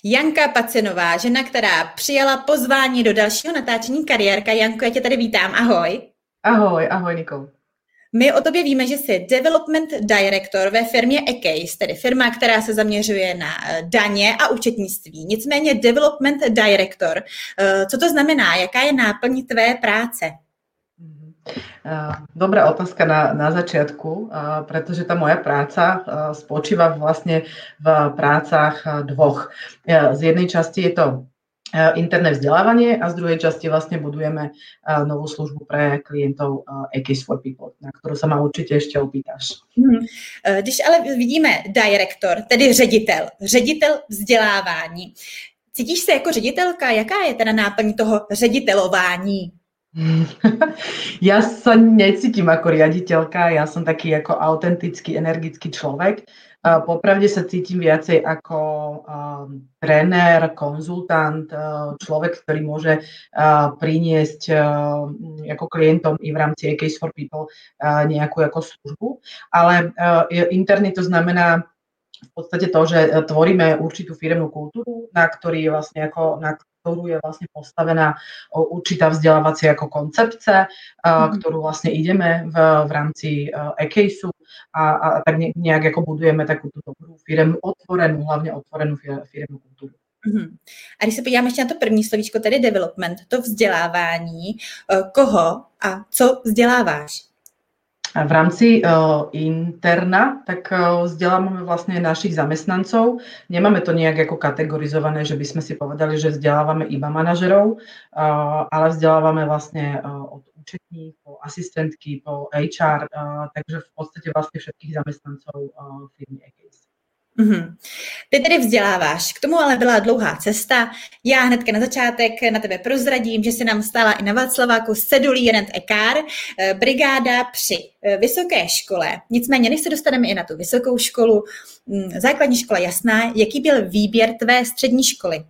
Janka Pacinová, žena, která přijala pozvání do dalšího natáčení Kariérka. Janko, já tě tady vítám, ahoj. Ahoj Nikol. My o tobě víme, že jsi Development Director ve firmě eCase, tedy firma, která se zaměřuje na daně a účetnictví. Nicméně Development Director, co to znamená? Jaká je náplň tvé práce? Dobrá otázka na začiatku, pretože tá moja práca spočíva vlastne v prácach dvoch. Z jednej časti je to interné vzdelávanie a z druhej časti vlastne budujeme novú službu pre klientov eCase for People, na ktorú sa ma určite ešte opýtaš. Když ale vidíme director, tedy ředitel vzdělávání, cítíš se jako ředitelka? Jaká je teda náplň toho ředitelování? Ja sa necítim ako riaditeľka, ja som taký ako autentický, energický človek. Popravde sa cítim viacej ako tréner, konzultant, človek, ktorý môže priniesť ako klientom i v rámci eCase for People nejakú ako službu. Ale interne to znamená v podstate to, že tvoríme určitú firemnú kultúru, na ktorú je vlastne postavená určitá vzdelávacia ako koncepcia, ktorú vlastne ideme v rámci eCaseu a tak nejak ako budujeme takúto dobrú firemnú, hlavne otvorenú firemnú kultúru. A když se podíváme ještě na to první slovíčko, tedy development, to vzdělávání, koho a co vzděláváš? V rámci interna, tak vzdelávame vlastne našich zamestnancov. Nemáme to nejak ako kategorizované, že by sme si povedali, že vzdelávame iba manažerov, ale vzdelávame vlastne od účetní po asistentky, po HR, takže v podstate vlastne všetkých zamestnancov firmy eCase. Ty tedy vzděláváš, k tomu ale byla dlouhá cesta. Já hnedka na začátek na tebe prozradím, že si nám stála i na Václaváku s cedulí Rent a Car, brigáda při vysoké škole. Nicméně, než se dostaneme i na tu vysokou školu, základní škola jasná, jaký byl výběr tvé střední školy?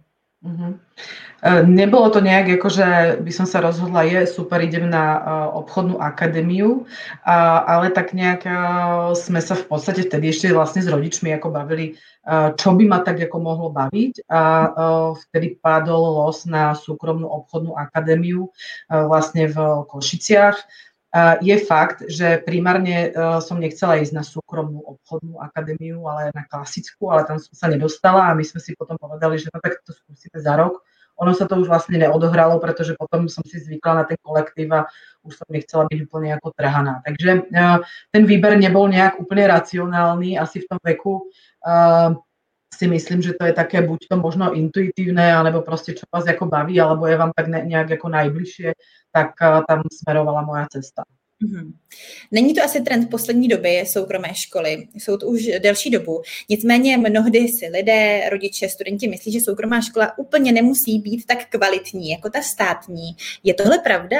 Nebolo to nejak, akože by som sa rozhodla, super, idem na obchodnú akadémiu, ale tak nejak sme sa v podstate vtedy ešte vlastne s rodičmi ako bavili, čo by ma tak ako mohlo baviť a vtedy padol los na súkromnú obchodnú akadémiu vlastne v Košiciach. Je fakt, že primárne som nechcela ísť na súkromnú obchodnú akadémiu, ale na klasickú, ale tam som sa nedostala a my sme si potom povedali, že no tak to skúsime za rok. Ono sa to už vlastne neodohralo, pretože potom som si zvykla na ten kolektív a už som nechcela byť úplne ako trhaná. Takže ten výber nebol nejak úplne racionálny, asi v tom veku si myslím, že to je také buď to možno intuitívne, alebo proste čo vás ako baví, alebo je vám tak nejak ako najbližšie, tak tam smerovala moja cesta. Není to asi trend poslední doby soukromé školy, jsou to už delší dobu. Nicméně mnohdy si lidé, rodiče, studenti myslí, že soukromá škola úplně nemusí být tak kvalitní jako ta státní. Je tohle pravda?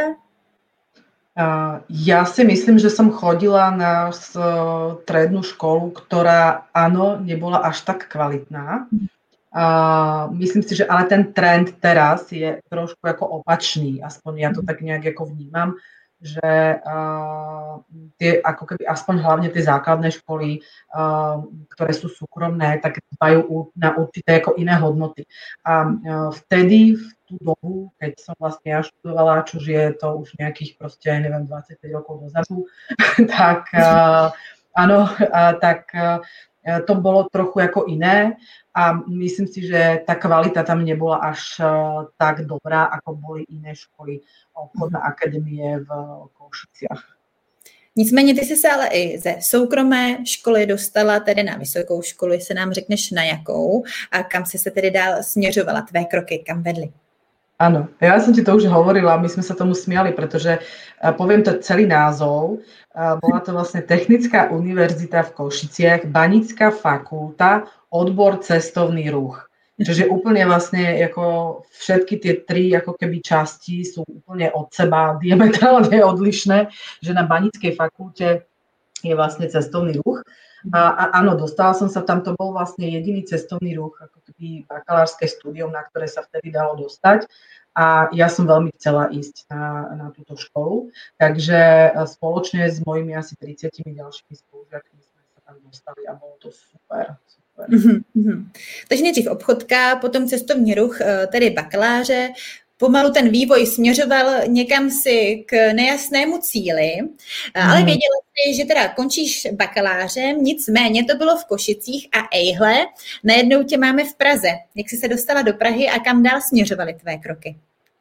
Ja si myslím, že som chodila na strednú školu, ktorá áno, nebola až tak kvalitná. Myslím si, že ale ten trend teraz je trošku ako opačný, aspoň ja to tak nejak ako vnímam, že tie ako keby aspoň hlavne tie základné školy, ktoré sú súkromné, tak dbajú na určité ako iné hodnoty. A vtedy v tú dobu, keď som vlastne ja študovala, čož je to už nejakých proste, neviem, 25 rokov dozadu, tak áno, tak to bolo trochu ako iné a myslím si, že tá kvalita tam nebola až tak dobrá, ako boli iné školy, obchodné akadémie v Košiciach. Nicméně ty jsi se ale i ze soukromé školy dostala tedy na vysokou školu, jestli nám řekneš na jakou a kam jsi se tedy dál směřovala, tvé kroky, kam vedly? Áno, ja som ti to už hovorila, my sme sa tomu smiali, pretože poviem to celý názov, bola to vlastne Technická univerzita v Košiciach, Banícka fakulta, odbor cestovný ruch. Čiže úplne vlastne ako všetky tie tri ako keby časti sú úplne od seba diametrálne odlišné, že na Baníckej fakulte je vlastne cestovný ruch. A áno, dostala som sa tam, to bol vlastne jediný cestovný ruch, ako keby bakalárske štúdium, na ktoré sa vtedy dalo dostať. A ja som veľmi chcela ísť na túto školu, takže spoločne s mojimi asi 30 ďalšími spolužiakmi sme sa tam dostali a bolo to super. Takže nejdřív obchodka, potom cestovní ruch, tedy bakaláře. Pomalu ten vývoj směřoval někam si k nejasnému cíli, ale věděla jsi, že teda končíš bakalářem, nicméně to bylo v Košicích a ejhle, najednou tě máme v Praze. Jak jsi se dostala do Prahy a kam dál směřovaly tvé kroky?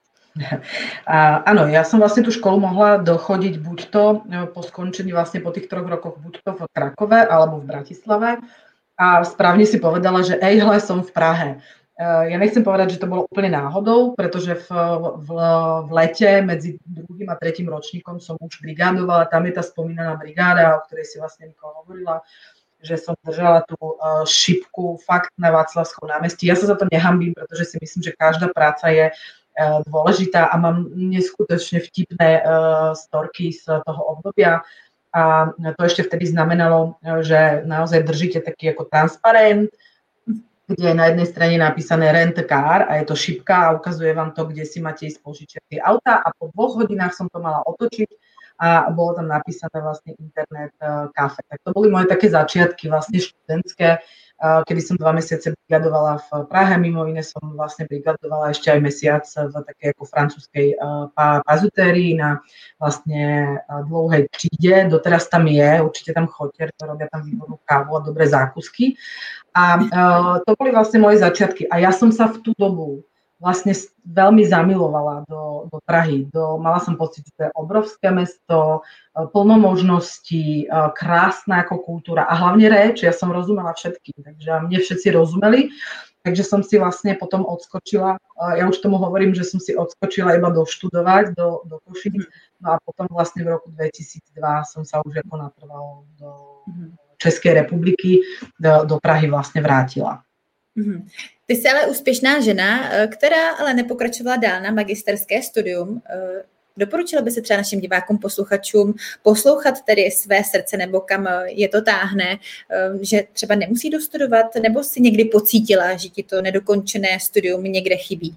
Áno, ja som vlastne tú školu mohla dochodiť buď to po skončení vlastne po tých 3 rokoch buď to v Krakove alebo v Bratislave a správne si povedala, že ejhle, som v Prahe. Ja nechcem povedať, že to bolo úplne náhodou, pretože v lete medzi 2. a 3. ročníkom som už brigádovala, tam je tá spomínaná brigáda, o ktorej si vlastne Nikola hovorila, že som držala tú šipku fakt na Václavskom námestí. Ja sa za to nehambím, pretože si myslím, že každá práca je dôležitá a mám neskutočne vtipné storky z toho obdobia a to ešte vtedy znamenalo, že naozaj držíte taký ako transparent, kde je na jednej strane napísané rent a car a je to šipka a ukazuje vám to, kde si máte ísť požičať tie auta a po 2 hodinách som to mala otočiť a bolo tam napísané vlastne internet kafe. Tak to boli moje také začiatky vlastne študentské, kedy som 2 mesiace brigadovala v Prahe, mimo iné som vlastne brigadovala ešte aj mesiac v takej ako francúzskej pazutérii na vlastne dlouhej tříde, doteraz tam je, určite tam choďte, robia tam výbornú kávu a dobré zákusky. A to boli vlastne moje začiatky a ja som sa v tú dobu vlastne veľmi zamilovala do Prahy. Mala som pocit, že to je obrovské mesto, plno možností, krásna ako kultúra a hlavne reč, ja som rozumela všetkým, takže mne všetci rozumeli, takže som si vlastne potom odskočila, ja už tomu hovorím, že som si odskočila iba doštudovať do Košíc, no a potom vlastne v roku 2002 som sa už ako natrvalo do Českej republiky, do Prahy vlastne vrátila. Ty jsi ale úspěšná žena, která ale nepokračovala dál na magisterské studium. Doporučila by se třeba našim divákům, posluchačům poslouchat tedy své srdce nebo kam je to táhne, že třeba nemusí dostudovat, nebo si někdy pocítila, že ti to nedokončené studium někde chybí?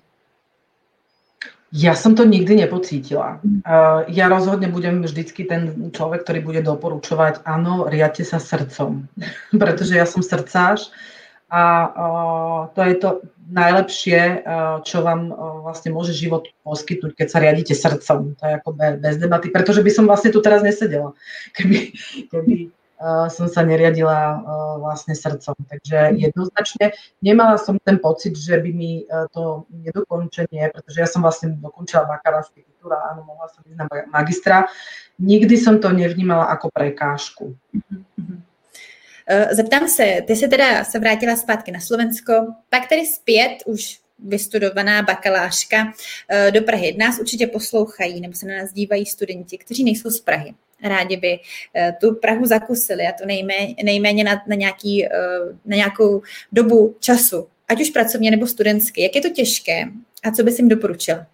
Ja som to nikdy nepocítila. Ja rozhodne budem vždycky ten človek, ktorý bude doporučovať, áno, riadte sa srdcom, pretože ja som srdcář a to je to najlepšie, čo vám vlastne môže život poskytnúť, keď sa riadite srdcom. To je ako bez debaty, pretože by som vlastne tu teraz nesedela, keby som sa neriadila vlastne srdcom. Takže jednoznačne nemala som ten pocit, že by mi to nedokončenie, pretože ja som vlastne dokončila bakalářský titul a áno, mohla som ísť na magistra. Nikdy som to nevnímala ako prekážku. Zeptám se, ty se teda se vrátila zpátky na Slovensko, pak tedy zpět už vystudovaná bakalářka do Prahy. Nás určitě poslouchají nebo se na nás dívají studenti, kteří nejsou z Prahy. Rádi by tu Prahu zakusili a to nejméně na nějakou dobu času, ať už pracovně nebo studentsky. Jak je to těžké a co bys jim doporučila?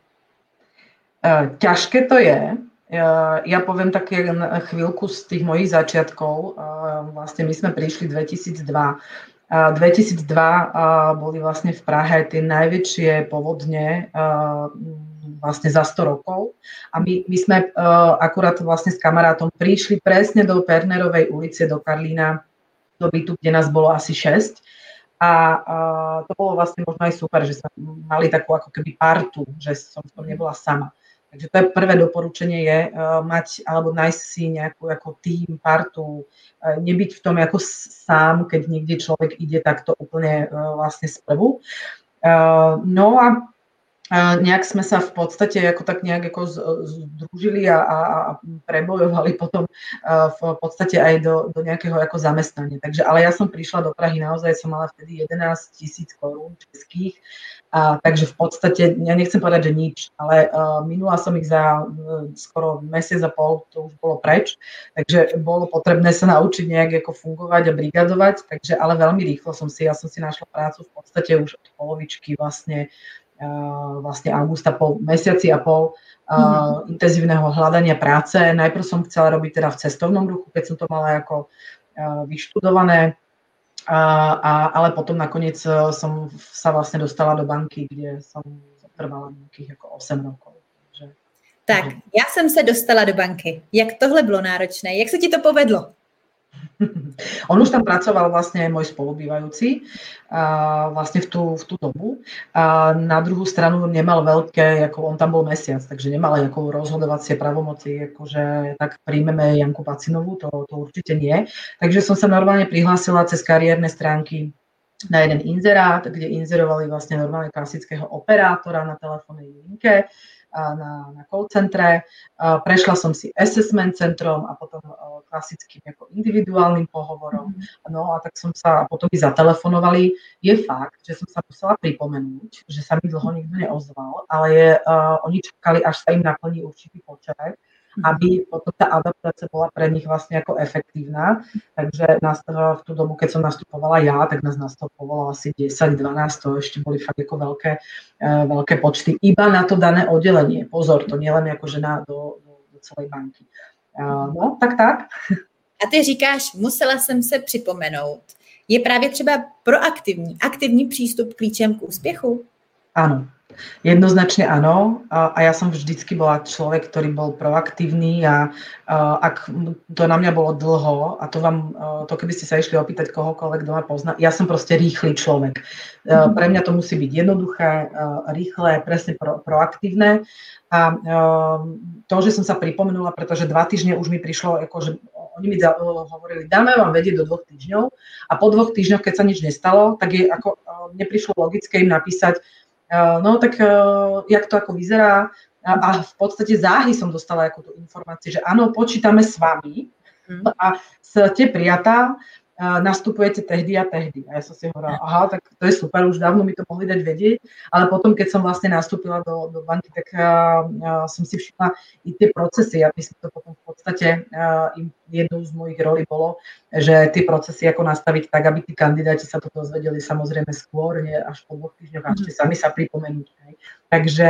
Ťažké to je. Ja poviem také chvíľku z tých mojich začiatkov. Vlastne my sme prišli 2002. 2002 boli vlastne v Prahe tie najväčšie povodne vlastne za 100 rokov. A my sme akurát vlastne s kamarátom prišli presne do Pernerovej ulice, do Karlína, do bytu, kde nás bolo asi 6. A to bolo vlastne možno aj super, že sme mali takú ako keby partu, že som v tom nebola sama. Takže to je prvé doporučenie je mať alebo nájsť si nejakú ako tým, partu, nebyť v tom ako sám, keď niekde človek ide takto úplne vlastne sprvu. No a nejak sme sa v podstate ako tak nejak ako združili a prebojovali potom v podstate aj do nejakého ako zamestnania. Takže, ale ja som prišla do Prahy, naozaj som mala vtedy 11 000 korún českých, takže v podstate, ja nechcem povedať, že nič, ale minula som ich za skoro mesiac a pol, to už bolo preč, takže bolo potrebné sa naučiť nejak ako fungovať a brigadovať, takže ale veľmi rýchlo ja som si našla prácu v podstate už od polovičky vlastne augusta, po mesiaci a pol intenzívneho hľadania práce. Najprv som chcela robiť teda v cestovnom ruchu, keď som to mala ako vyštudované, ale potom nakoniec som sa vlastne dostala do banky, kde som trvala nejakých ako 8 rokov. Tak, já jsem se dostala do banky. Jak tohle bylo náročné? Jak se ti to povedlo? On už tam pracoval vlastne môj spolubývajúci vlastne v tú dobu. A na druhú stranu nemal veľké, ako on tam bol mesiac, takže nemal ako rozhodovacie pravomoci, akože tak príjmeme Janku Pacinovú, to určite nie. Takže som sa normálne prihlásila cez kariérne stránky na jeden inzerát, kde inzerovali vlastne normálne klasického operátora na telefónnej linke, na call centre. Prešla som si assessment centrom a potom klasickým ako individuálnym pohovorom. No a tak som sa, potom mi zatelefonovali. Je fakt, že som sa musela pripomenúť, že sa mi dlho nikto neozval, ale oni čakali, až sa im naplní určitý počet, aby potom tá adaptácia bola pre nich vlastne ako efektívna. Takže v tú dobu, keď som nastupovala ja, tak nás nastupovalo asi 10-12, to ešte boli fakt ako veľké počty. Iba na to dané oddelenie. Pozor, to nie len akože do celej banky. No, tak. A ty říkáš, musela jsem se připomenout. Je právě třeba aktivní přístup klíčem k úspěchu? Áno. Jednoznačne áno a ja som vždycky bola človek, ktorý bol proaktívny a ak to na mňa bolo dlho a to keby ste sa išli opýtať kohokoľvek, kto ma pozná, ja som proste rýchly človek. Pre mňa to musí byť jednoduché, rýchle, presne proaktívne a to, že som sa pripomenula, pretože 2 týždne už mi prišlo, akože oni mi hovorili, dáme vám vedieť do 2 týždňov a po 2 týždňoch, keď sa nič nestalo, tak je ako mne prišlo logické im napísať, no tak jak to ako vyzerá a v podstate záhy som dostala ako tú informáciu, že áno, počítame s vami a ste prijatá, nastupujete tehdy a tehdy. A ja som si hovorila, aha, tak to je super, už dávno mi to mohli dať vedieť, ale potom, keď som vlastne nastúpila do banky, tak som si všimla i tie procesy. Ja myslím, to potom v podstate jednou z mojich rolí bolo, že tie procesy ako nastaviť tak, aby tí kandidáti sa to dozvedeli samozrejme skôr, nie až po 2 týždňoch, a ešte sami sa pripomenúť. Takže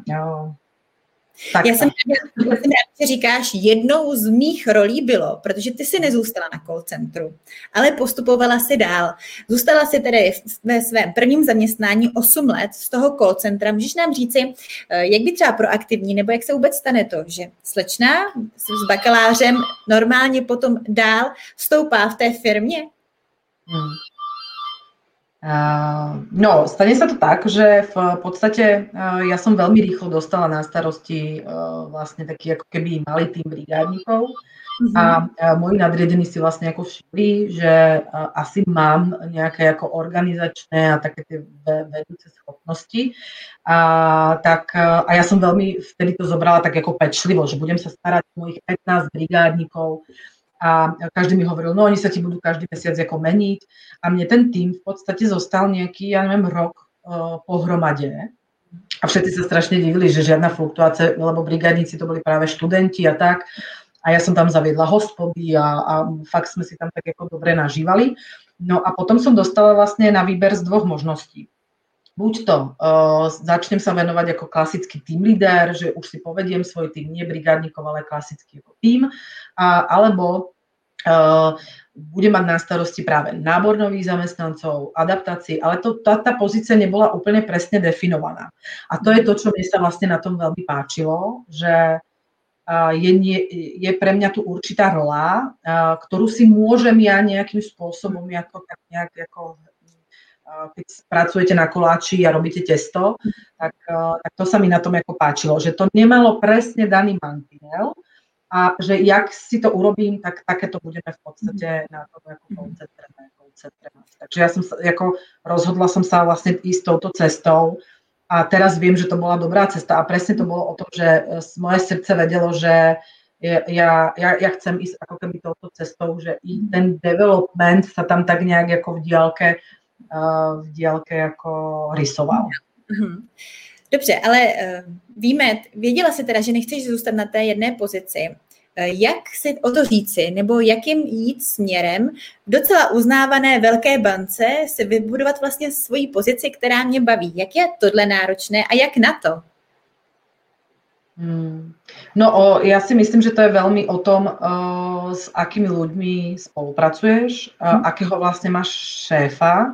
tak, já jsem ráda, že říkáš, jednou z mých rolí bylo, protože ty si nezůstala na call centru, ale postupovala si dál. Zůstala si tedy ve svém prvním zaměstnání 8 let z toho call centra. Můžeš nám říci, jak být třeba proaktivní, nebo jak se vůbec stane to, že slečna s bakalářem normálně potom dál stoupá v té firmě? No, stane sa to tak, že v podstate ja som veľmi rýchlo dostala na starosti vlastne taký ako keby malý tým brigádnikov a moji nadriadení si vlastne ako všimli, že asi mám nejaké ako organizačné a také tie vedúce schopnosti a ja som veľmi vtedy to zobrala tak ako pečlivo, že budem sa starať o mojich 15 brigádnikov. A každý mi hovoril, no oni sa ti budú každý mesiac ako meniť a mne ten tým v podstate zostal nejaký, ja neviem, rok pohromade a všetci sa strašne divili, že žiadna fluktuácia, lebo brigádnici to boli práve študenti a tak a ja som tam zaviedla hospody a fakt sme si tam tak ako dobre nažívali. No a potom som dostala vlastne na výber z 2 možností. Buď to začnem sa venovať ako klasický team leader, že už si povediem svoj tým, nie brigádnikov, ale klasický ako tým, alebo budem mať na starosti práve nábor nových zamestnancov, adaptácií, ale tá pozícia nebola úplne presne definovaná. A to je to, čo mne sa vlastne na tom veľmi páčilo, že je pre mňa tu určitá rola, ktorú si môžem ja nejakým spôsobom ako keď pracujete na koláči a robíte testo, tak to sa mi na tom ako páčilo, že to nemalo presne daný mantinel a že jak si to urobím, tak takéto budeme v podstate na tom ako koncentrovať. Takže ja som rozhodla som sa vlastne ísť touto cestou a teraz viem, že to bola dobrá cesta a presne to bolo o tom, že moje srdce vedelo, že ja chcem ísť ako keby touto cestou, že i ten development sa tam tak nejak ako v diálke jako rysoval. Dobře, ale věděla jsi teda, že nechceš zůstat na té jedné pozici. Jak si o to říci, nebo jakým jít směrem v docela uznávané velké bance si vybudovat vlastně svoji pozici, která mě baví? Jak je tohle náročné a jak na to? No, ja si myslím, že to je veľmi o tom, s akými ľuďmi spolupracuješ, akého vlastne máš šéfa,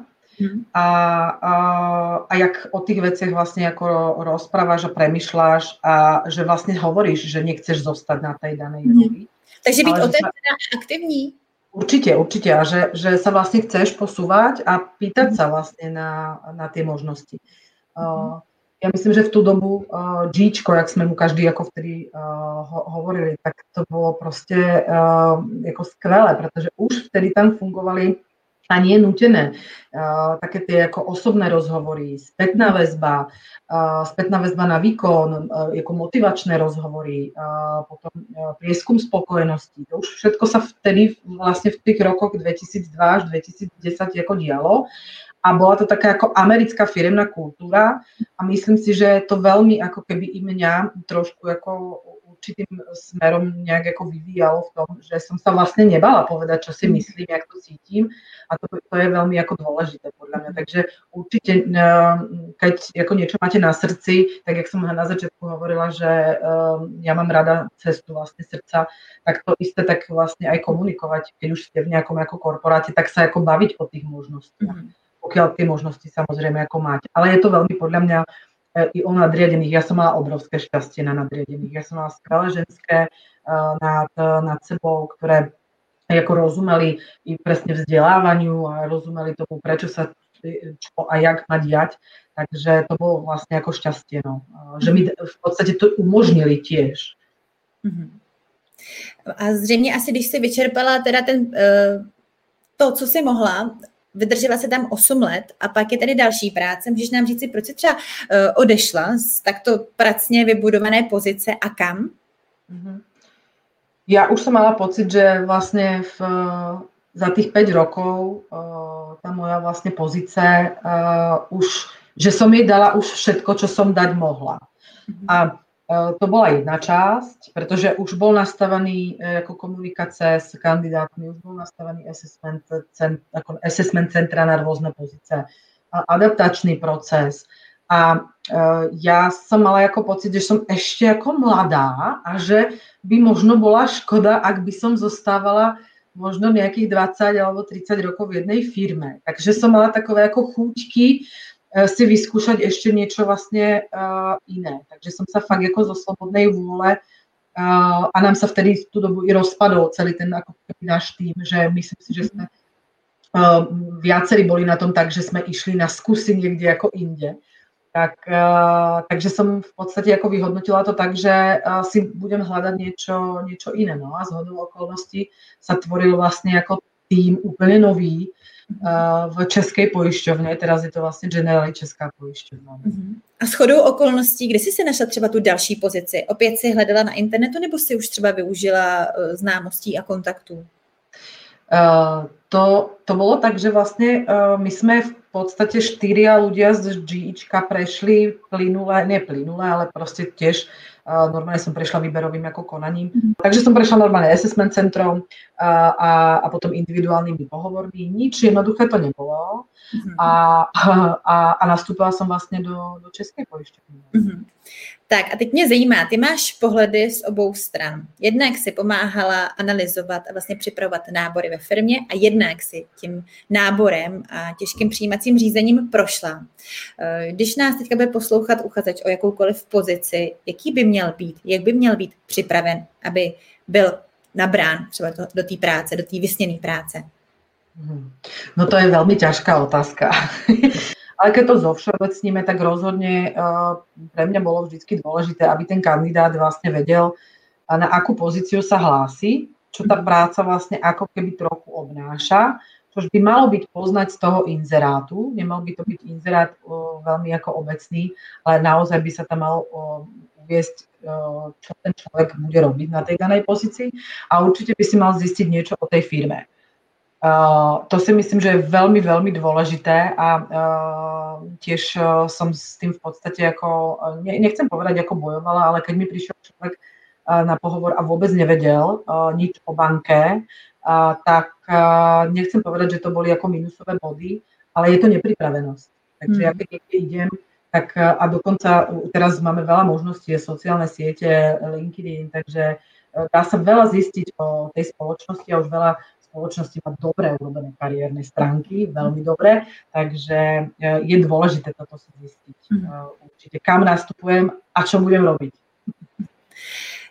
a jak o tých veciach vlastne ako rozprávaš a premýšľaš a že vlastne hovoríš, že nechceš zostať na tej danej roli. Takže byť otevřená a aktivní? Určite, určite. A že sa vlastne chceš posúvať a pýtať sa vlastne na tie možnosti. Ja myslím, že v tú dobu Gčko, jak sme mu každý ako vtedy hovorili, tak to bolo proste ako skvelé, pretože už vtedy tam fungovali a nie nutené. Také tie ako osobné rozhovory, spätná väzba na výkon, ako motivačné rozhovory, potom prieskum spokojnosti. To už všetko sa vtedy vlastne v tých rokoch 2002 až 2010 ako dialo. A bola to taká ako americká firemná kultúra a myslím si, že to veľmi ako keby i mňa trošku ako určitým smerom nejak ako vyvíjalo v tom, že som sa vlastne nebala povedať, čo si myslím, jak to cítim a to je veľmi ako dôležité podľa mňa. Takže určite, keď ako niečo máte na srdci, tak jak som na začiatku hovorila, že ja mám rada cestu vlastne srdca, tak to isté tak vlastne aj komunikovať, keď už ste v nejakom ako korporáte, tak sa ako baviť o tých možnostiach. Pokiaľ tie možnosti samozrejme ako máte. Ale je to veľmi podľa mňa i o nadriadených. Ja som mala obrovské šťastie na nadriadených. Ja som mala skvelé ženské nad sebou, ktoré ako rozumeli i presne vzdelávaniu a rozumeli tomu, prečo sa čo a jak má diať. Takže to bolo vlastne ako šťastie. No. Že mi v podstate to umožnili tiež. A zřejmě asi, když si vyčerpala teda to, co si mohla, vydržela se tam 8 let a pak je tady další práce. Můžeš nám říct si, proč jsi třeba odešla z takto pracně vybudované pozice a kam? Ja už som mala pocit, že vlastne za tých 5 rokov tá moja vlastne pozícia že som jej dala už všetko, čo som dať mohla. A to bola jedna časť, pretože už bol nastavený ako komunikace s kandidátmi, už bol nastavený assessment centra na rôzne pozície, adaptačný proces. A ja som mala ako pocit, že som ešte ako mladá a že by možno bola škoda, ak by som zostávala možno nejakých 20 alebo 30 rokov v jednej firme. Takže som mala takové ako chúťky si vyskúšať ešte niečo vlastne iné. Takže som sa fakt ako zo slobodnej vôle a nám sa vtedy v tú dobu i rozpadol celý ten ako náš tým, že myslím si, že sme viacerí boli na tom tak, že sme išli na skúsi niekde ako inde. Takže som v podstate ako vyhodnotila to tak, že si budem hľadať niečo iné. No a zhodou okolností sa tvoril vlastne ako tým úplne nový v Českej pojišťovne. Teraz je to vlastne Generali Česká pojišťovna. A shodou okolností, kde jsi si našla třeba tu další pozici? Opět si hledala na internetu, nebo si už třeba využila známostí a kontaktů? To bolo tak, že vlastne my sme v podstate 4 ľudia z GIčka prešli neplynule, ale proste tiež normálne som prešla výberovým ako konaním. Takže som prešla normálne assessment centrom a potom individuálnymi pohovormi. Nič jednoduché to nebolo a nastúpila som vlastne do Českej pojišťovny. Tak a teď mě zajímá, ty máš pohledy z obou stran. Jednak si pomáhala analyzovat a vlastně připravovat nábory ve firmě a jednak si tím náborem a těžkým přijímacím řízením prošla. Když nás teďka bude poslouchat uchazeč o jakoukoliv pozici, jak by měl být připraven, aby byl nabrán třeba do té práce, do té vysněné práce? No to je veľmi ťažká otázka. Ale keď to zovšeobecníme, tak rozhodne pre mňa bolo vždy dôležité, aby ten kandidát vlastne vedel, na akú pozíciu sa hlási, čo tá práca vlastne ako keby trochu obnáša, čož by malo byť poznať z toho inzerátu. Nemal by to byť inzerát veľmi ako obecný, ale naozaj by sa tam malo uviesť, čo ten človek bude robiť na tej danej pozícii a určite by si mal zistiť niečo o tej firme. To si myslím, že je veľmi, veľmi dôležité a tiež som s tým v podstate ako, nechcem povedať ako bojovala, ale keď mi prišiel človek na pohovor a vôbec nevedel nič o banke, tak nechcem povedať, že to boli ako minusové body, ale je to nepripravenosť. Takže ja keď niekde idem, tak a dokonca teraz máme veľa možností, sociálne siete, LinkedIn, takže dá sa veľa zistiť o tej spoločnosti a už veľa spoločnosti má dobre urobené kariérne stránky, veľmi dobre, takže je dôležité toto si zistiť. Určite, kam nastupujem a čo budem robiť.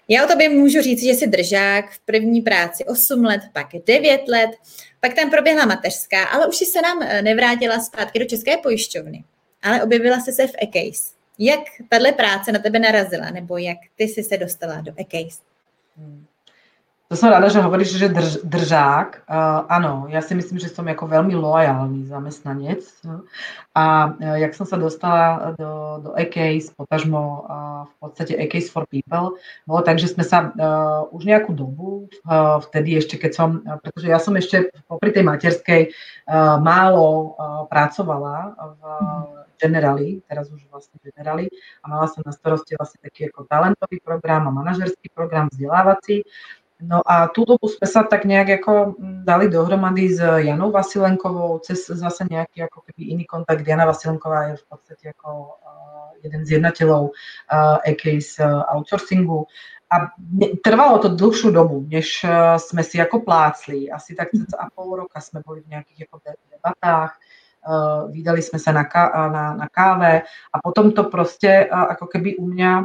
Já o tobě můžu říct, že jsi držák, v první práci 8 let, pak 9 let, pak tam proběhla mateřská, ale už si se nám nevrátila zpátky do České pojišťovny, ale objevila jsi se v eCase. Jak tahle práce na tebe narazila, nebo jak ty jsi se dostala do eCase? To som rada, že hovoríš, že držák. Áno, ja si myslím, že som ako veľmi loajálny zamestnanec. A jak som sa dostala do eCase, potažmo v podstate eCase for People, bolo tak, že sme sa už nejakú dobu, vtedy ešte keď som, pretože ja som ešte popri tej materskej málo pracovala v Generali, teraz už vlastne Generali, a mala som na starosti vlastne taký ako talentový program a manažerský program vzdelávací. No a tú dobu sme sa tak nejak ako dali dohromady s Janou Vasilenkovou cez zase nejaký ako keby iný kontakt. Jana Vasilenková je v podstate ako jeden z jednateľov eCase outsourcingu. A trvalo to dlhšiu dobu, než sme si ako plácli. Asi tak cca pol roka sme boli v nejakých ako debatách, vydali sme sa na káve a potom to proste ako keby u mňa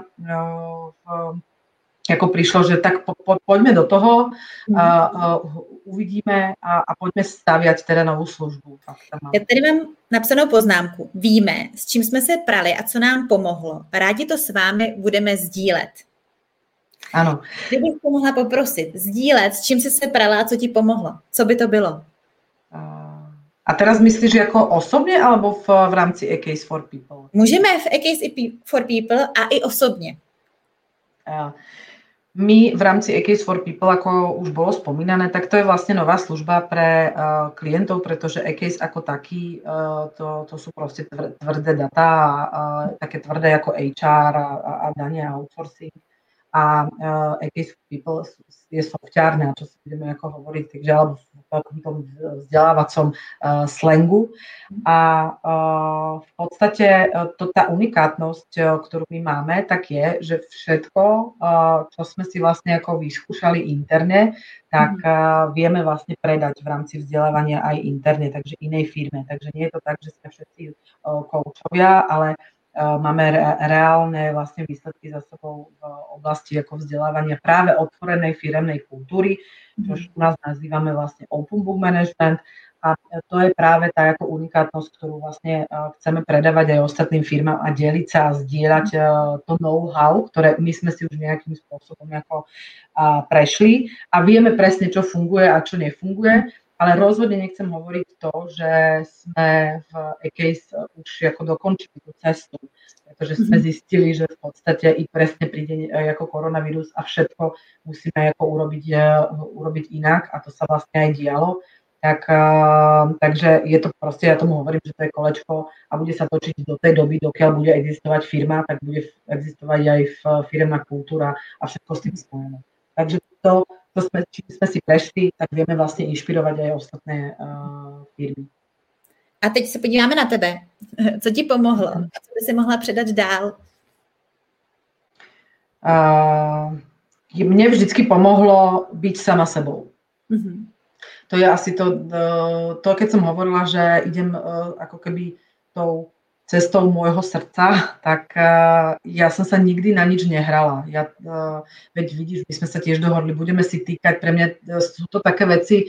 ako prišlo, že tak poďme do toho, uvidíme a poďme staviať teda novou službu. Já tady mám napsanou poznámku. Víme, s čím jsme se prali a co nám pomohlo. Rádi to s vámi budeme sdílet. Ano. Kdybych to mohla poprosit, sdílet, s čím jsi se prala a co ti pomohlo. Co by to bylo? A teraz myslíš jako osobně alebo v rámci eCase for People? Můžeme v eCase for People a i osobně. My v rámci eCase for People, ako už bolo spomínané, tak to je vlastne nová služba pre klientov, pretože eCase ako taký, to sú proste tvrdé data, také tvrdé ako HR a dania a outsourcing. A eCase for People je softárne, čo si budeme ako hovoriť, takže alebo v tom vzdelávacom slangu. A v podstate tá unikátnosť, ktorú my máme, tak je, že všetko, čo sme si vlastne ako vyskúšali interne, tak vieme vlastne predať v rámci vzdelávania aj interne, takže inej firme. Takže nie je to tak, že sme všetci koučovia, ale máme reálne vlastne výsledky za sebou v oblasti ako vzdelávania práve otvorenej firemnej kultúry, čo u nás nazývame vlastne Open Book Management, a to je práve tá ako unikátnosť, ktorú vlastne chceme predávať aj ostatným firmám a deliť sa a zdieľať to know-how, ktoré my sme si už nejakým spôsobom ako prešli a vieme presne, čo funguje a čo nefunguje. Ale rozhodne nechcem hovoriť to, že sme v eCase už ako dokončili tú cestu, pretože sme zistili, že v podstate i presne príde ako koronavírus a všetko musíme ako urobiť inak a to sa vlastne aj dialo. Takže je to proste, ja tomu hovorím, že to je kolečko a bude sa točiť do tej doby, dokiaľ bude existovať firma, tak bude existovať aj firemná kultúra a všetko s tým spojené. Takže čím sme si prešli, tak vieme vlastne inšpirovať aj ostatné firmy. A teď se podíváme na tebe. Co ti pomohlo? A co by si mohla předat dál? Mne vždycky pomohlo byť sama sebou. To je asi to, keď som hovorila, že idem ako keby tou cestou môjho srdca, tak ja som sa nikdy na nič nehrala. Veď vidíš, my sme sa tiež dohodli, budeme si týkať, pre mňa sú to také veci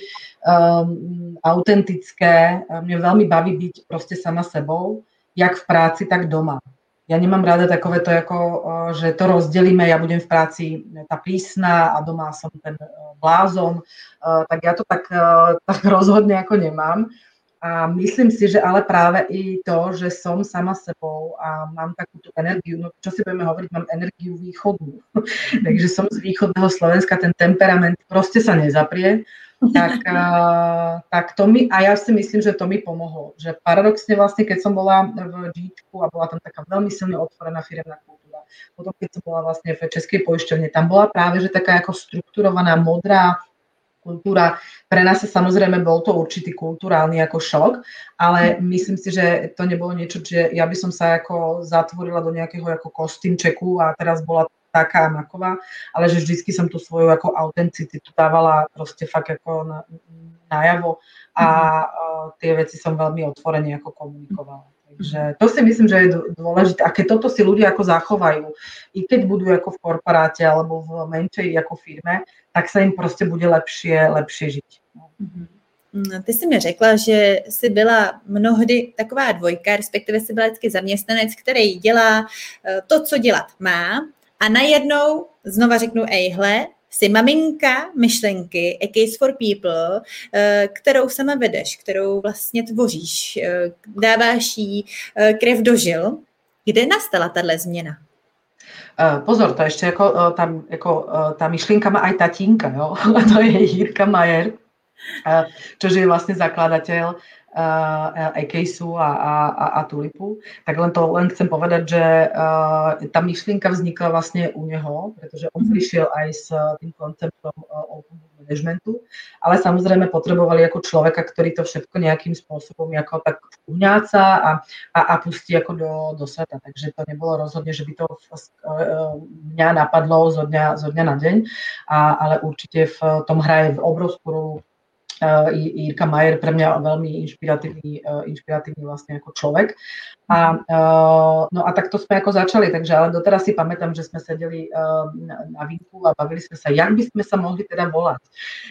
autentické. Mne veľmi baví byť proste sama sebou, jak v práci, tak doma. Ja nemám rada takové to, že to rozdelíme, ja budem v práci tá prísna a doma som ten blázon, tak ja to tak rozhodne ako nemám. A myslím si, že ale práve i to, že som sama sebou a mám takúto energiu, no čo si budeme hovoriť, mám energiu východnú. Takže som z východného Slovenska, ten temperament proste sa nezaprie. Tak to mi, a ja si myslím, že to mi pomohlo. Že paradoxne vlastne, keď som bola v G-čku a bola tam taká veľmi silne otvorená firemná kultúra, potom keď som bola vlastne v Českej poisťovne, tam bola práve že taká ako strukturovaná, modrá kultúra. Pre nás samozrejme bol to určitý kulturálny ako šok, ale myslím si, že to nebolo niečo, že ja by som sa ako zatvorila do nejakého ako kostýmčeku a teraz bola taká maková, ale že vždycky som tú svoju ako autenticitu dávala proste fakt ako najavo a tie veci som veľmi otvorene ako komunikovala. Takže to si myslím, že je dôležité. A keď toto si ľudia ako zachovajú, i keď budú ako v korporáte alebo v menšej ako firme, tak sa im proste bude lepšie žiť. Ty jsi mi řekla, že jsi byla mnohdy taková dvojka, respektive jsi byla vždycky zaměstnanec, který dělá to, co dělat má, a najednou, znova řeknu, ejhle, jsi maminka myšlenky A Case for People, kterou sama vedeš, kterou vlastně tvoříš, dáváš jí krev do žil. Kde nastala tato změna? Pozor, to ještě ta myšlienka má aj tatínka, jo? To je Jirka Majer, čo je vlastne zakladateľ A-Caseu a Tulipu. Tak len chcem povedať, že tá myšlienka vznikla vlastne u neho, pretože on prišiel aj s tým konceptom open book managementu, ale samozrejme potrebovali ako človeka, ktorý to všetko nejakým spôsobom ako tak uhňáca a pustí ako do sveta. Takže to nebolo rozhodne, že by to mňa napadlo zo dňa na deň, ale určite v tom hraje obrovskú rolu Jirka Majer, pre mňa veľmi inšpiratívny vlastne ako človek. No a takto sme ako začali, takže ale doteraz si pamätám, že sme sedeli na vínku a bavili sme sa, jak by sme sa mohli teda volať.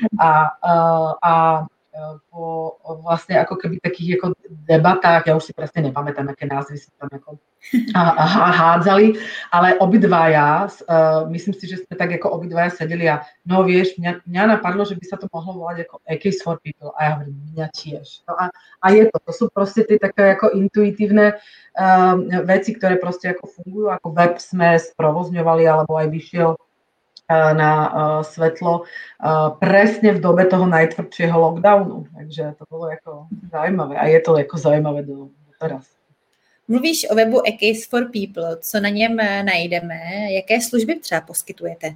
A po vlastne ako keby takých ako debatách, ja už si presne nepamätám, aké názvy sa tam ako hádzali, ale obidvaja, myslím si, že sme tak ako obidvaja sedeli a no vieš, mňa napadlo, že by sa to mohlo volať ako A Case for People a ja hovorím, mňa tiež. No a je to sú proste tie také ako intuitívne veci, ktoré proste ako fungujú, ako web sme sprovozňovali, alebo aj vyšiel na svetlo presne v dobe toho najtvrdšieho lockdownu. Takže to bolo jako zaujímavé a je to jako zaujímavé do teraz. Mluvíš o webu A Case for People. Co na něm najdeme? Jaké služby třeba poskytujete?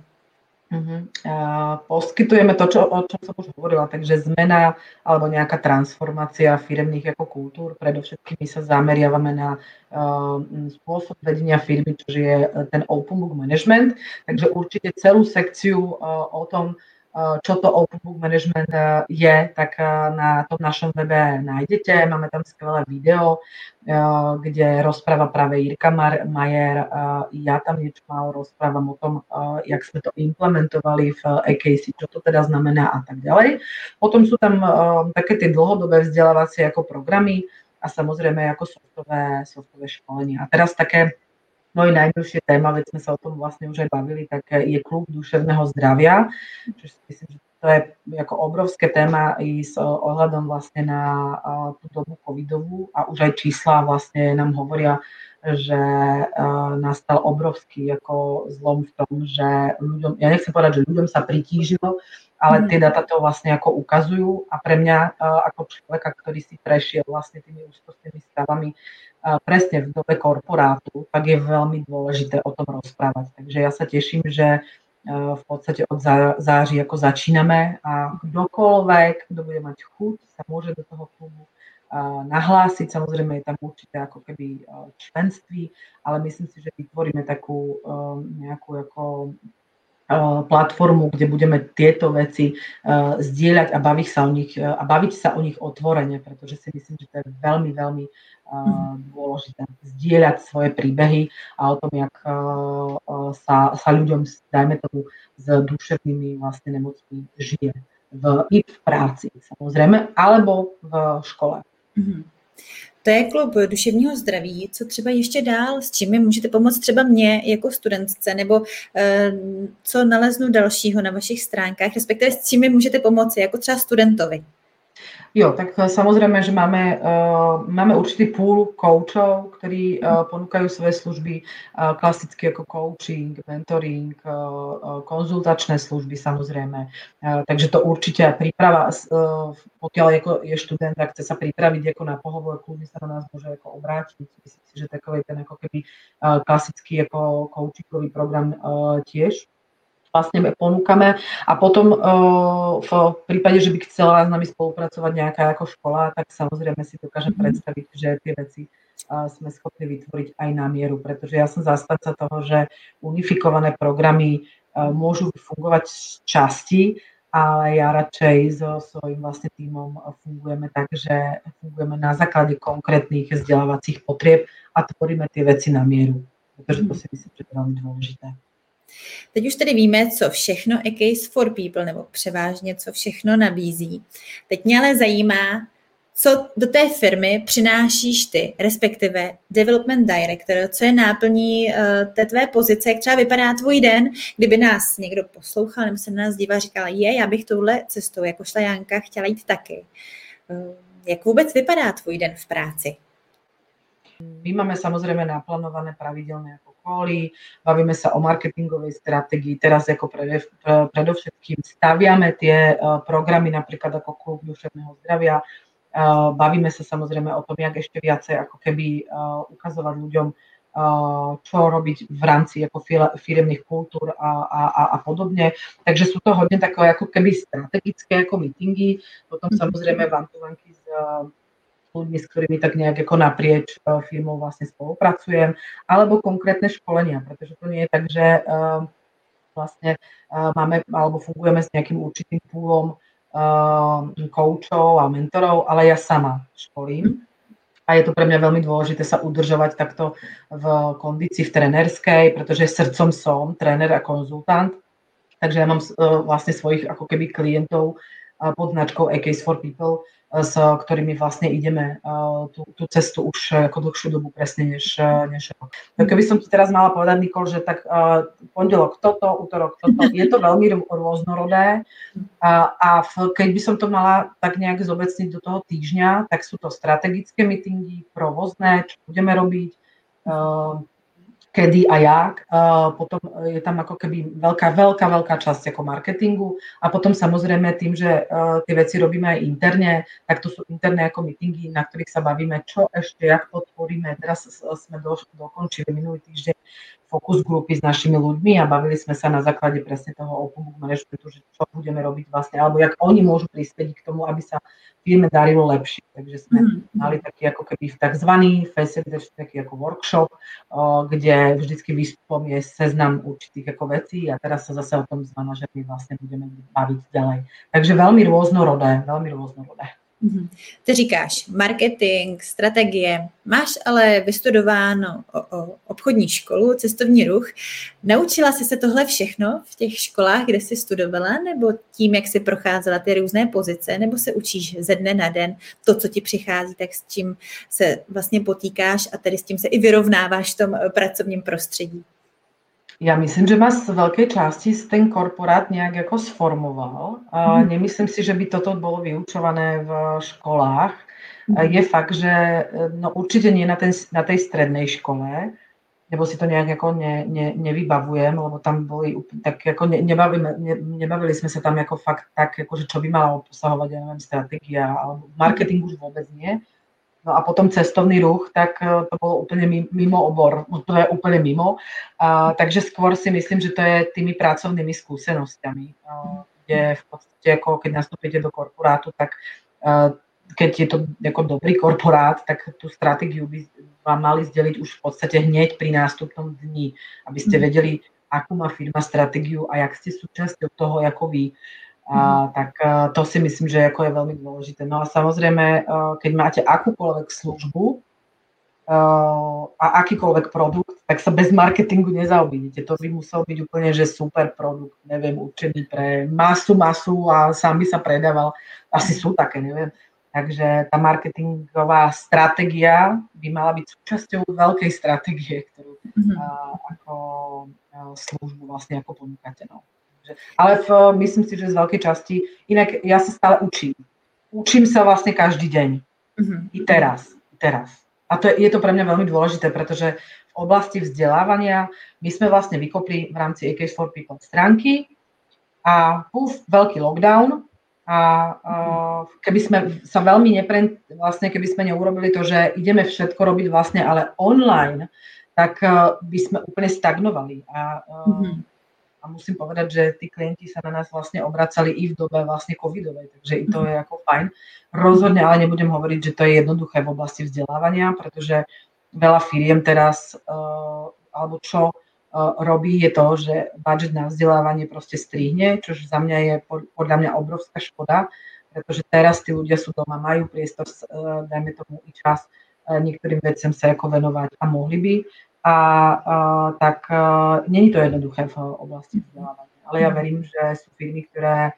Poskytujeme to, o čom som už hovorila, takže zmena alebo nejaká transformácia firemných ako kultúr. Predovšetkým my sa zameriavame na spôsob vedenia firmy, čo je ten open book management. Takže určite celú sekciu o tom, čo to open book management je, tak na tom našom webe nájdete. Máme tam skvelé video, kde rozpráva práve Jirka Majer. Ja tam niečo málo rozprávam o tom, jak sme to implementovali v A-Casey, čo to teda znamená a tak ďalej. Potom sú tam také tie dlhodobé vzdelávacie ako programy a samozrejme ako softové školenie. A teraz také moje najmilšie téma, veď sme sa o tom vlastne už aj bavili, tak je klub duševného zdravia, čo si myslím, že to je ako obrovské téma i s ohľadom vlastne na tú dobu covidovú a už aj čísla vlastne nám hovoria, že nastal obrovský ako zlom v tom, že ľuďom, ja nechcem povedať, že ľuďom sa pritížilo, ale tie data to vlastne ako ukazujú a pre mňa ako človeka, ktorý si prešiel vlastne tými úzkostnými stavami presne v dobe korporátu, tak je veľmi dôležité o tom rozprávať. Takže ja sa teším, že v podstate od září ako začíname a kdokoľvek, kto bude mať chuť, sa môže do toho klubu nahlásiť. Samozrejme je tam určite ako keby členství, ale myslím si, že vytvoríme takú nejakú ako platformu, kde budeme tieto veci zdieľať a baviť sa o nich otvorene, pretože si myslím, že to je veľmi, veľmi dôležité zdieľať svoje príbehy a o tom, jak sa ľuďom, dajme tomu, s duševnými vlastne nemocmi žije i v práci samozrejme, alebo v škole. To je klub duševního zdraví. Co třeba ještě dál? S čím mi můžete pomoct třeba mě jako studentce? Nebo co naleznu dalšího na vašich stránkách? Respektive s čím mi můžete pomoci jako třeba studentovi? Jo, tak samozrejme, že máme určitý pool koučov, ktorí ponúkajú svoje služby, klasicky ako coaching, mentoring, konzultačné služby samozrejme. Takže to určite príprava, pokiaľ je študent a chce sa pripraviť ako na pohovor, kľudne sa na nás môže ako obrátiť. Myslím si, že takový ten ako keby klasický ako coachingový program tiež vlastne ponúkame a potom v prípade, že by chcela s nami spolupracovať nejaká ako škola, tak samozrejme si dokážem predstaviť, že tie veci sme schopní vytvoriť aj na mieru, pretože ja som zastanca toho, že unifikované programy môžu fungovať z časti, ale ja radšej so svojím vlastne tímom fungujeme tak, že fungujeme na základe konkrétnych vzdelávacích potrieb a tvoríme tie veci na mieru, pretože to si myslím, že je veľmi dôležité. Teď už tedy víme, co všechno A Case for People, nebo převážně, co všechno nabízí. Teď mě ale zajímá, co do té firmy přinášíš ty, respektive Development Director, co je náplní té tvé pozice, jak třeba vypadá tvůj den, kdyby nás někdo poslouchal nebo se na nás díval a říkal, já bych touhle cestou, jako šla Janka, chtěla jít taky. Jak vůbec vypadá tvůj den v práci? My máme samozrejme naplánované pravidelné ako koly, bavíme sa o marketingovej stratégii, teraz ako predovšetkým staviame tie programy napríklad ako klub duševného zdravia, bavíme sa samozrejme o tom, jak ešte viacej ako keby ukazovať ľuďom, čo robiť v rámci ako firemných kultúr a podobne. Takže sú to hodne také ako keby strategické ako meetingy, potom samozrejme one-to-one s ľuďmi, s ktorými tak nejak ako naprieč firmou vlastne spolupracujem, alebo konkrétne školenia, pretože to nie je tak, že vlastne máme alebo fungujeme s nejakým určitým poolom koučov a mentorov, ale ja sama školím. A je to pre mňa veľmi dôležité sa udržovať takto v kondícii v trenérskej, pretože srdcom som tréner a konzultant, takže ja mám vlastne svojich ako keby klientov pod značkou A Case for People, s ktorými vlastne ideme tú cestu už ako dlhšiu dobu presne než rok. Tak keby som ti teraz mala povedať, Nikol, že tak pondelok toto, útorok toto, je to veľmi rôznorodé a keď by som to mala tak nejak zobecniť do toho týždňa, tak sú to strategické meetingy, provozné, čo budeme robiť, kedy a jak. Potom je tam ako keby veľká časť ako marketingu a potom samozrejme tým, že tie veci robíme aj interne, tak to sú interné ako meetingy, na ktorých sa bavíme, čo ešte, jak podporíme. Teraz sme dokončili minulý týždeň focus grupy s našimi ľuďmi a bavili sme sa na základe presne toho open book managementu, že čo budeme robiť vlastne, alebo jak oni môžu prispieť k tomu, aby sa firme darilo lepšie. Takže sme mali taký ako keby takzvaný facilitačný taký ako workshop, kde vždycky výstupom je seznam určitých ako vecí a teraz sa zase o tom s manažermi vlastne budeme baviť ďalej. Takže veľmi rôznorodé, veľmi rôznorodé. Ty říkáš marketing, strategie, máš ale vystudováno obchodní školu, cestovní ruch. Naučila jsi se tohle všechno v těch školách, kde jsi studovala, nebo tím, jak jsi procházela ty různé pozice, nebo se učíš ze dne na den to, co ti přichází, tak s čím se vlastně potýkáš a tedy s tím se i vyrovnáváš v tom pracovním prostředí? Ja myslím, že ma z veľkej časti ten korporát nejak ako sformoval. Nemyslím si, že by toto bolo vyučované v školách. Je fakt, že no určite nie na tej strednej škole, lebo si to nejak ako nevybavujem, lebo tam boli tak ako nebavili sme sa tam ako fakt tak, ako, že čo by mala obsahovať, ja neviem, stratégia, alebo marketing už vôbec nie. No a potom cestovný ruch, tak to bolo úplne mimo obor, to je úplne mimo. Takže skôr si myslím, že to je tými pracovnými skúsenosťami, kde v podstate, ako keď nastúpite do korporátu, tak keď je to ako dobrý korporát, tak tú stratégiu by vám mali zdeliť už v podstate hneď pri nástupnom dni, aby ste vedeli, akú má firma stratégiu a jak ste súčasťou toho ako vy. Tak to si myslím, že ako je veľmi dôležité. No a samozrejme, keď máte akúkoľvek službu a akýkoľvek produkt, tak sa bez marketingu nezaobídete. To by musel byť úplne, že super produkt, neviem, určený pre masu a sám by sa predával. Asi sú také, neviem. Takže tá marketingová stratégia by mala byť súčasťou veľkej stratégie, ktorú ako službu vlastne ako ponúkate. No. Ale myslím si, že z veľkej časti, inak ja sa stále učím. Učím sa vlastne každý deň. I teraz. A je to pre mňa veľmi dôležité, pretože v oblasti vzdelávania my sme vlastne vykopli v rámci A Case for People stránky a veľký lockdown a keby sme sa veľmi keby sme neurobili to, že ideme všetko robiť vlastne ale online, tak by sme úplne stagnovali. A musím povedať, že tí klienti sa na nás vlastne obracali i v dobe vlastne covidovej, takže i to je ako fajn. Rozhodne ale nebudem hovoriť, že to je jednoduché v oblasti vzdelávania, pretože veľa firiem teraz, alebo čo robí, je to, že budget na vzdelávanie proste strihne, čož za mňa je podľa mňa obrovská škoda, pretože teraz tí ľudia sú doma, majú priestor, dajme tomu i čas niektorým veciam sa ako venovať a mohli by. Tak není to jednoduché v oblasti vzdelávania. Ale ja verím, že sú firmy, ktoré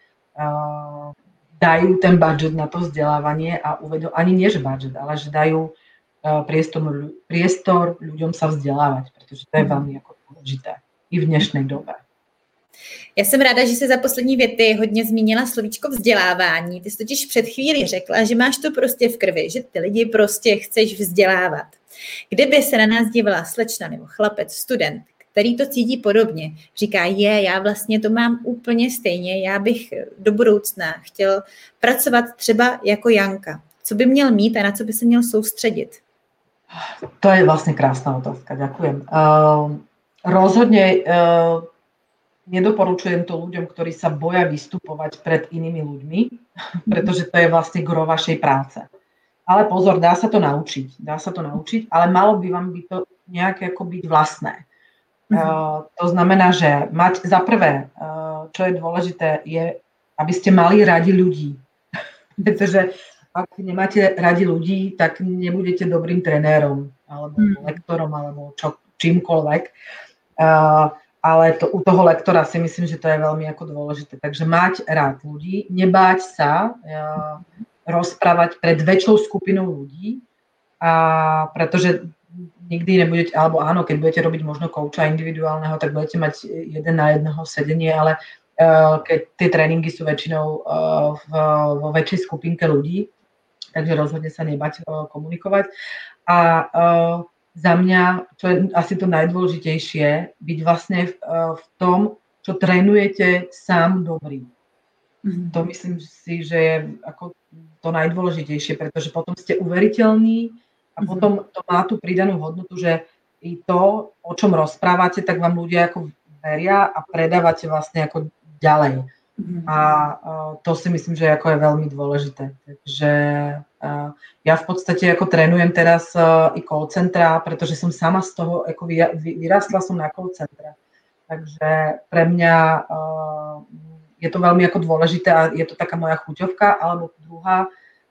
dajú ten budget na to vzdelávanie a ani nie, že budget, ale že dajú priestor ľuďom sa vzdelávať, pretože to je veľmi ako dôležité i v dnešnej dobe. Já jsem ráda, že jsi za poslední věty hodně zmínila slovíčko vzdělávání. Ty jsi totiž před chvílí řekla, že máš to prostě v krvi, že ty lidi prostě chceš vzdělávat. Kdyby se na nás dívala slečna nebo chlapec, student, který to cítí podobně, říká, já vlastně to mám úplně stejně, já bych do budoucna chtěl pracovat třeba jako Janka. Co by měl mít a na co by se měl soustředit? To je vlastne krásna otázka, ďakujem. Rozhodne nedoporučujem to ľuďom, ktorí sa boja vystupovať pred inými ľuďmi, pretože to je vlastne gro vašej práce. Ale pozor, dá sa to naučiť, ale malo by vám byť to nejaké ako byť vlastné. To znamená, že mať za prvé, čo je dôležité, je, aby ste mali radi ľudí. Pretože ak nemáte radi ľudí, tak nebudete dobrým trenérom, alebo lektorom, alebo čímkoľvek. Ale u toho lektora si myslím, že to je veľmi ako dôležité. Takže mať rád ľudí, nebáť sa rozprávať pred väčšou skupinou ľudí, pretože nikdy nebudete, alebo áno, keď budete robiť možno kouča individuálneho, tak budete mať 1 na 1 sedenie, ale keď tie tréningy sú väčšinou vo väčšej skupinke ľudí, takže rozhodne sa nebať komunikovať. A za mňa, čo je asi to najdôležitejšie, byť vlastne v tom, čo trénujete sám dobrý. To myslím si, že je ako to najdôležitejšie, pretože potom ste uveriteľní a potom to má tú pridanú hodnotu, že i to, o čom rozprávate, tak vám ľudia ako veria a predávate vlastne ako ďalej. A to si myslím, že ako je veľmi dôležité. Takže ja v podstate ako trénujem teraz i call centra, pretože som sama z toho, ako vyrastla som na call centra. Takže pre mňa je to veľmi ako dôležité a je to taká moja chuťovka, alebo druhá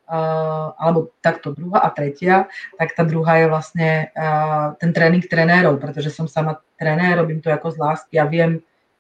a tretia, tak tá druhá je vlastne ten tréning trenérov, pretože som sama trenér, robím to ako z lásky a viem,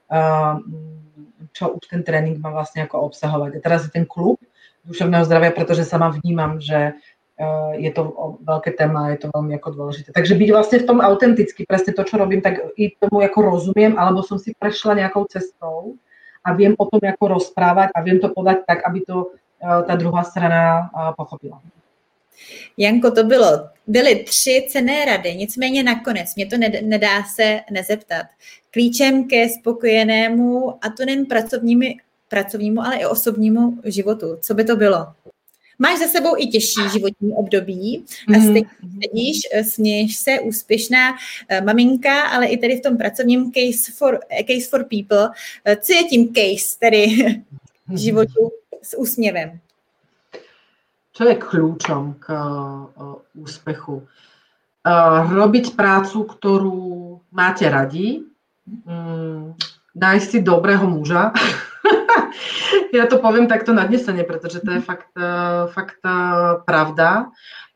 čo už ten tréning má vlastne ako obsahovať. A teraz je ten klub duševného zdravia, pretože sama vnímam, že je to veľké téma, je to veľmi ako dôležité. Takže byť vlastne v tom autenticky, presne to, čo robím, tak i tomu ako rozumiem, alebo som si prešla nejakou cestou a viem o tom ako rozprávať a viem to podať tak, aby to ta druhá strana pochopila. Janko, byly 3 cenné rady, nicméně nakonec mě to nedá se nezeptat. Klíčem ke spokojenému, a to nejen pracovnímu, ale i osobnímu životu. Co by to bylo? Máš za sebou i těžší životní období a stejně sedíš, směješ se, úspěšná maminka, ale i tady v tom pracovním case for people. Co je tím case, tedy v životu s úsměvem? Čo je kľúčom k úspechu? Robiť prácu, ktorú máte radi, nájsť si dobrého muža. Ja to poviem takto nadnesene, pretože to je fakt pravda.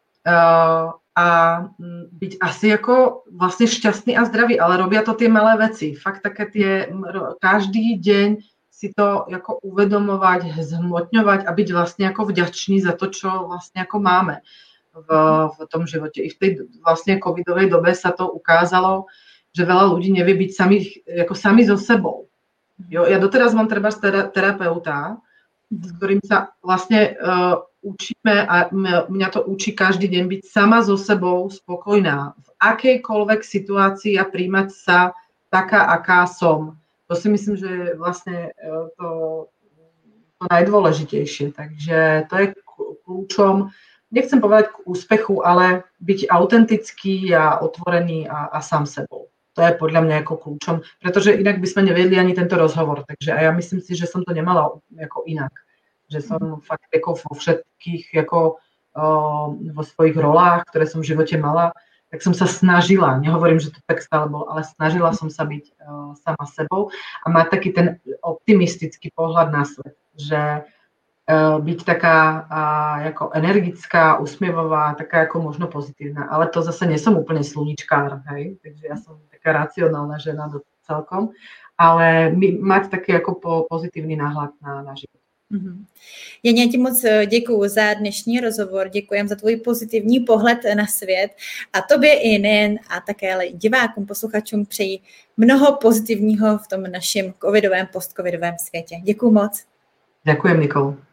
A byť asi ako vlastne šťastný a zdravý, ale robia to tie malé veci. Fakt také tie, každý deň si to jako uvedomovať, zhmotňovať a byť vlastne ako vďačný za to, čo vlastne ako máme v tom živote. I v tej vlastne covidovej dobe sa to ukázalo, že veľa ľudí nevie byť sami so sebou. Jo, ja doteraz mám treba terapeuta, s ktorým sa vlastne učíme a mňa to učí každý deň byť sama so sebou spokojná v akejkoľvek situácii a príjmať sa taká, aká som. To si myslím, že je vlastne to najdôležitejšie. Takže to je kľúčom, nechcem povedať k úspechu, ale byť autentický a otvorený a sám sebou. To je podľa mňa ako kľúčom, pretože inak by sme nevedli ani tento rozhovor. Takže a ja myslím si, že som to nemala ako inak. Že som fakt ako vo všetkých, ako vo svojich rolách, ktoré som v živote mala, tak som sa snažila, nehovorím, že to tak stále bolo, ale snažila som sa byť sama sebou a mať taký ten optimistický pohľad na svet, že byť taká jako energická, usmievavá, taká jako možno pozitívna, ale to zase nie som úplne sluníčkár, hej, takže ja som taká racionálna žena celkom, ale mať taký jako pozitívny náhled na život. Janě, já ti moc děkuju za dnešní rozhovor, děkujem za tvůj pozitivní pohled na svět a tobě i nejen a také ale divákům, posluchačům přeji mnoho pozitivního v tom našem covidovém, postcovidovém světě. Děkuju moc. Ďakujem, Nikol.